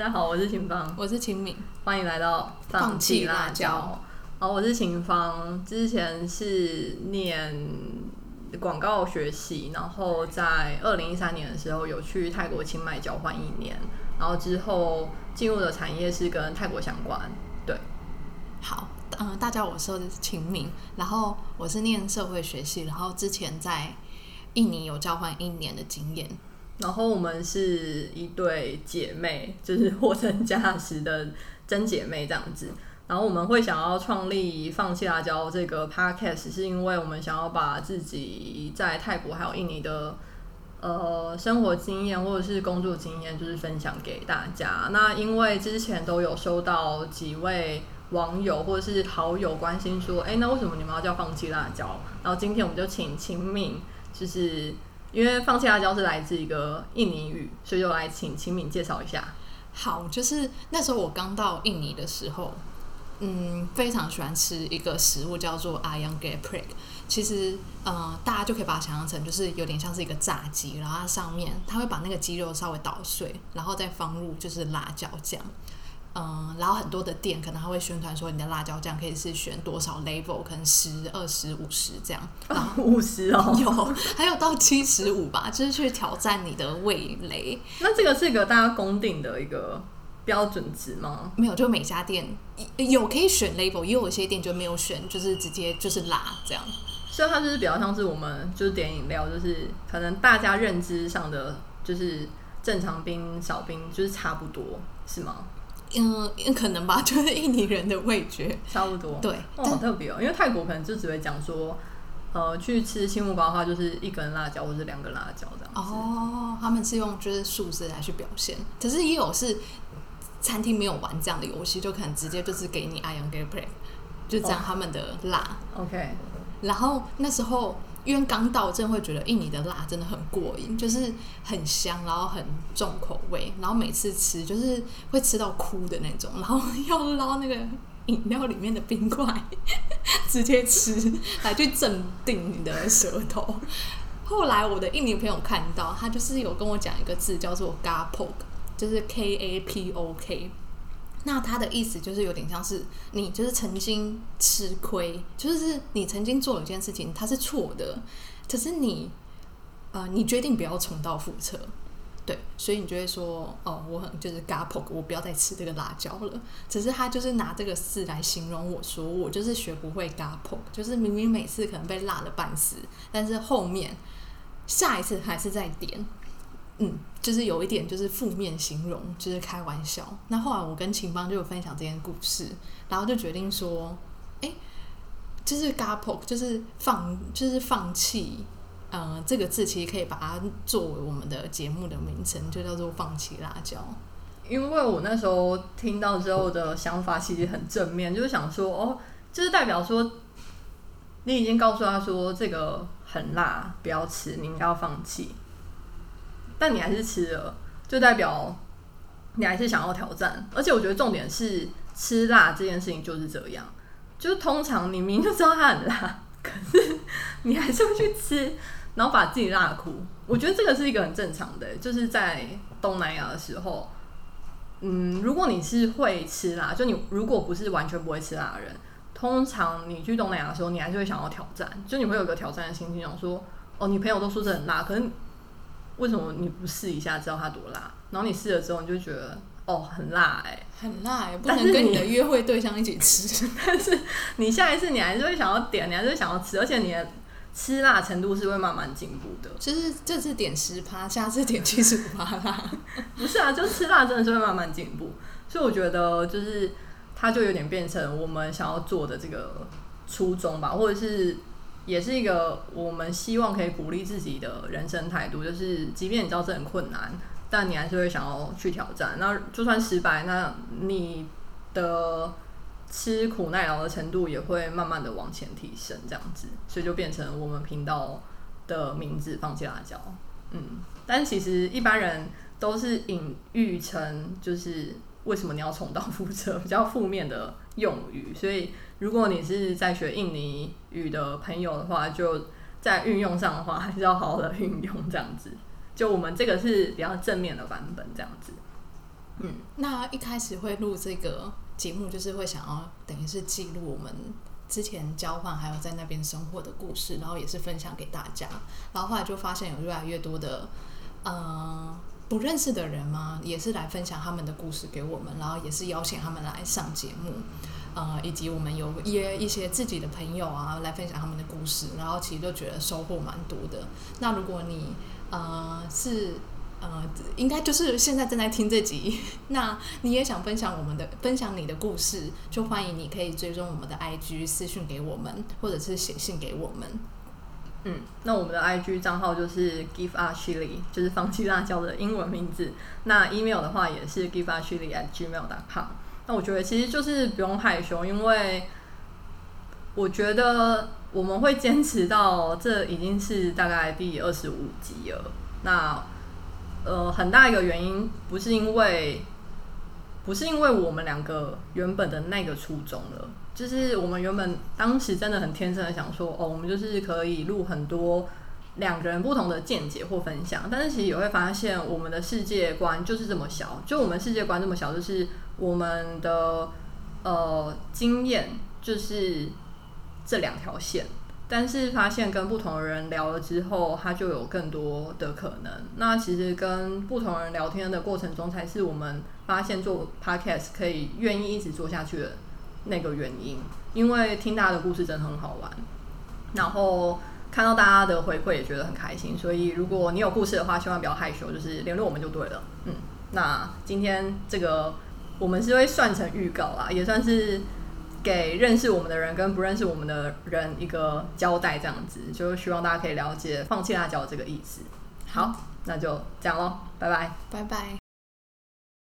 家好，我是秦芳， 我是秦敏， 欢迎来到放弃辣椒。我是秦芳，之前是念广告学系，然后在2013年的时候有去泰国清迈交换1年，然后之后进入的产业是跟泰国相关。对， 好，大家我说的是秦敏，然后我是念社会学系，然后之前在印尼有交换1年的经验。 然后我们是一对姐妹，就是货真价实的真姐妹这样子。然后我们会想要创立放弃辣椒这个 podcast， 是因为我们想要把自己在泰国还有印尼的生活经验或者是工作经验，就是分享给大家。那因为之前都有收到几位网友或者是好友关心说，那为什么你们要叫放弃辣椒？然后今天我们就请秦敏，就是因为放弃辣椒是来自一个印尼语，所以就来请秦敏介绍一下。 好，就是那时候我刚到印尼的时候，非常喜欢吃一个食物叫做 ayam geprek。其实大家就可以把它想象成就是有点像是一个炸鸡，然后它上面它会把那个鸡肉稍微捣碎，然后再放入就是辣椒酱。然后很多的店可能他会宣传说你的辣椒酱可以是选多少 level， 可能10、20、50这样。然后 50哦， 有还有到75吧，就是去挑战你的味蕾。 那这个是一个大家公定的一个标准值吗？ 没有，就每家店有可以选 label， 也有一些店就没有选，就是直接就是辣这样。 所以它就是比较像是我们就是点饮料，就是可能大家认知上的就是正常冰、少冰就是差不多，是吗？ 可能吧，就是印尼人的味觉差不多。 对， 好特别哦，因为泰国可能就只会讲说，去吃青木瓜的话，就是1根辣椒或者2根辣椒这样子。 哦，他们是用就是数字来去表现，可是也有是餐厅没有玩这样的游戏，就可能直接就是给你 ayam geprek， 就这样他们的辣。 OK。 然后那时候因为刚到，真的会觉得印尼的辣真的很过瘾，就是很香，然后很重口味，然后每次吃就是会吃到哭的那种，然后要捞那个饮料里面的冰块直接吃来去镇定你的舌头。后来我的印尼朋友看到，他就是有跟我讲一个字叫做 gapok， 就是 KAPOK。那他的意思就是有点像是你就是曾经吃亏，就是你曾经做了一件事情，它是错的，可是你决定不要重蹈覆辙，对，所以你就会说我很就是 gapok， 我不要再吃这个辣椒了。只是他就是拿这个字来形容我说我就是学不会 gapok， 就是明明每次可能被辣的半死，但是后面下一次还是在点。就是有一点就是负面形容，就是开玩笑。那后来我跟秦邦就有分享这件故事，然后就决定说，就是 gapok 就是放弃，这个字其实可以把它作为我们的节目的名称，就叫做放弃辣椒。 因为我那时候听到之后的想法其实很正面，就是想说就是代表说你已经告诉他说这个很辣，不要吃，你应该要放弃。但你还是吃了，就代表你还是想要挑战。而且我觉得重点是吃辣这件事情就是这样，就是通常你明明就知道它很辣，可是你还是会去吃，然后把自己辣哭。我觉得这个是一个很正常的，就是在东南亚的时候，如果你是会吃辣，就你如果不是完全不会吃辣的人，通常你去东南亚的时候，你还是会想要挑战，就你会有一个挑战的心情，想说你朋友都说这很辣，可是为什么你不试一下知道它多辣？然后你试了之后，你就觉得很辣很辣不能跟你的约会对象一起吃。 但是你下一次你还是会想要点，你还是会想要吃，而且你的吃辣程度是会慢慢进步的。 就是这次点10%，下次点75%辣。 不是啊，就吃辣真的是会慢慢进步。所以我觉得就是它就有点变成我们想要做的这个初衷吧，或者是。也是一个我们希望可以鼓励自己的人生态度，就是即便你知道这很困难，但你还是会想要去挑战。那就算失败，那你的吃苦耐劳的程度也会慢慢的往前提升，这样子，所以就变成我们频道的名字放弃辣椒。但其实一般人都是隐喻成就是为什么你要重蹈覆辙比较负面的用语，所以如果你是在学印尼语的朋友的话，就在运用上的话还是要好好的运用这样子。就我们这个是比较正面的版本这样子。 那一开始会录这个节目，就是会想要等于是记录我们之前交换还有在那边生活的故事，然后也是分享给大家。然后后来就发现有越来越多的不认识的人嘛，也是来分享他们的故事给我们，然后也是邀请他们来上节目。以及我们有约一些自己的朋友啊来分享他们的故事，然后其实就觉得收获蛮多的。那如果你应该就是现在正在听这集，那你也想分享你的故事，就欢迎你可以追踪我们的 IG 私讯给我们，或者是写信给我们。 那我们的 IG 账号就是 Give Up Chili， 就是放弃辣椒的英文名字。那 email 的话也是 giveupchili@gmail.com。那我觉得其实就是不用害羞，因为我觉得我们会坚持到这已经是大概第25集了。那很大一个原因不是因为我们两个原本的那个初衷了，就是我们原本当时真的很天真的想说，我们就是可以录很多两个人不同的见解或分享，但是其实也会发现我们的世界观就是这么小，就我们世界观这么小，就是我们的经验就是这2条线，但是发现跟不同的人聊了之后，他就有更多的可能。那其实跟不同人聊天的过程中，才是我们发现做 podcast 可以愿意一直做下去的那个原因，因为听大家的故事真的很好玩，然后看到大家的回馈也觉得很开心，所以如果你有故事的话，千万不要害羞，就是联络我们就对了。那今天这个我们是会算成预告啦，也算是给认识我们的人跟不认识我们的人一个交代，这样子就希望大家可以了解放弃辣椒这个意思。好，那就这样咯，拜拜， 拜拜。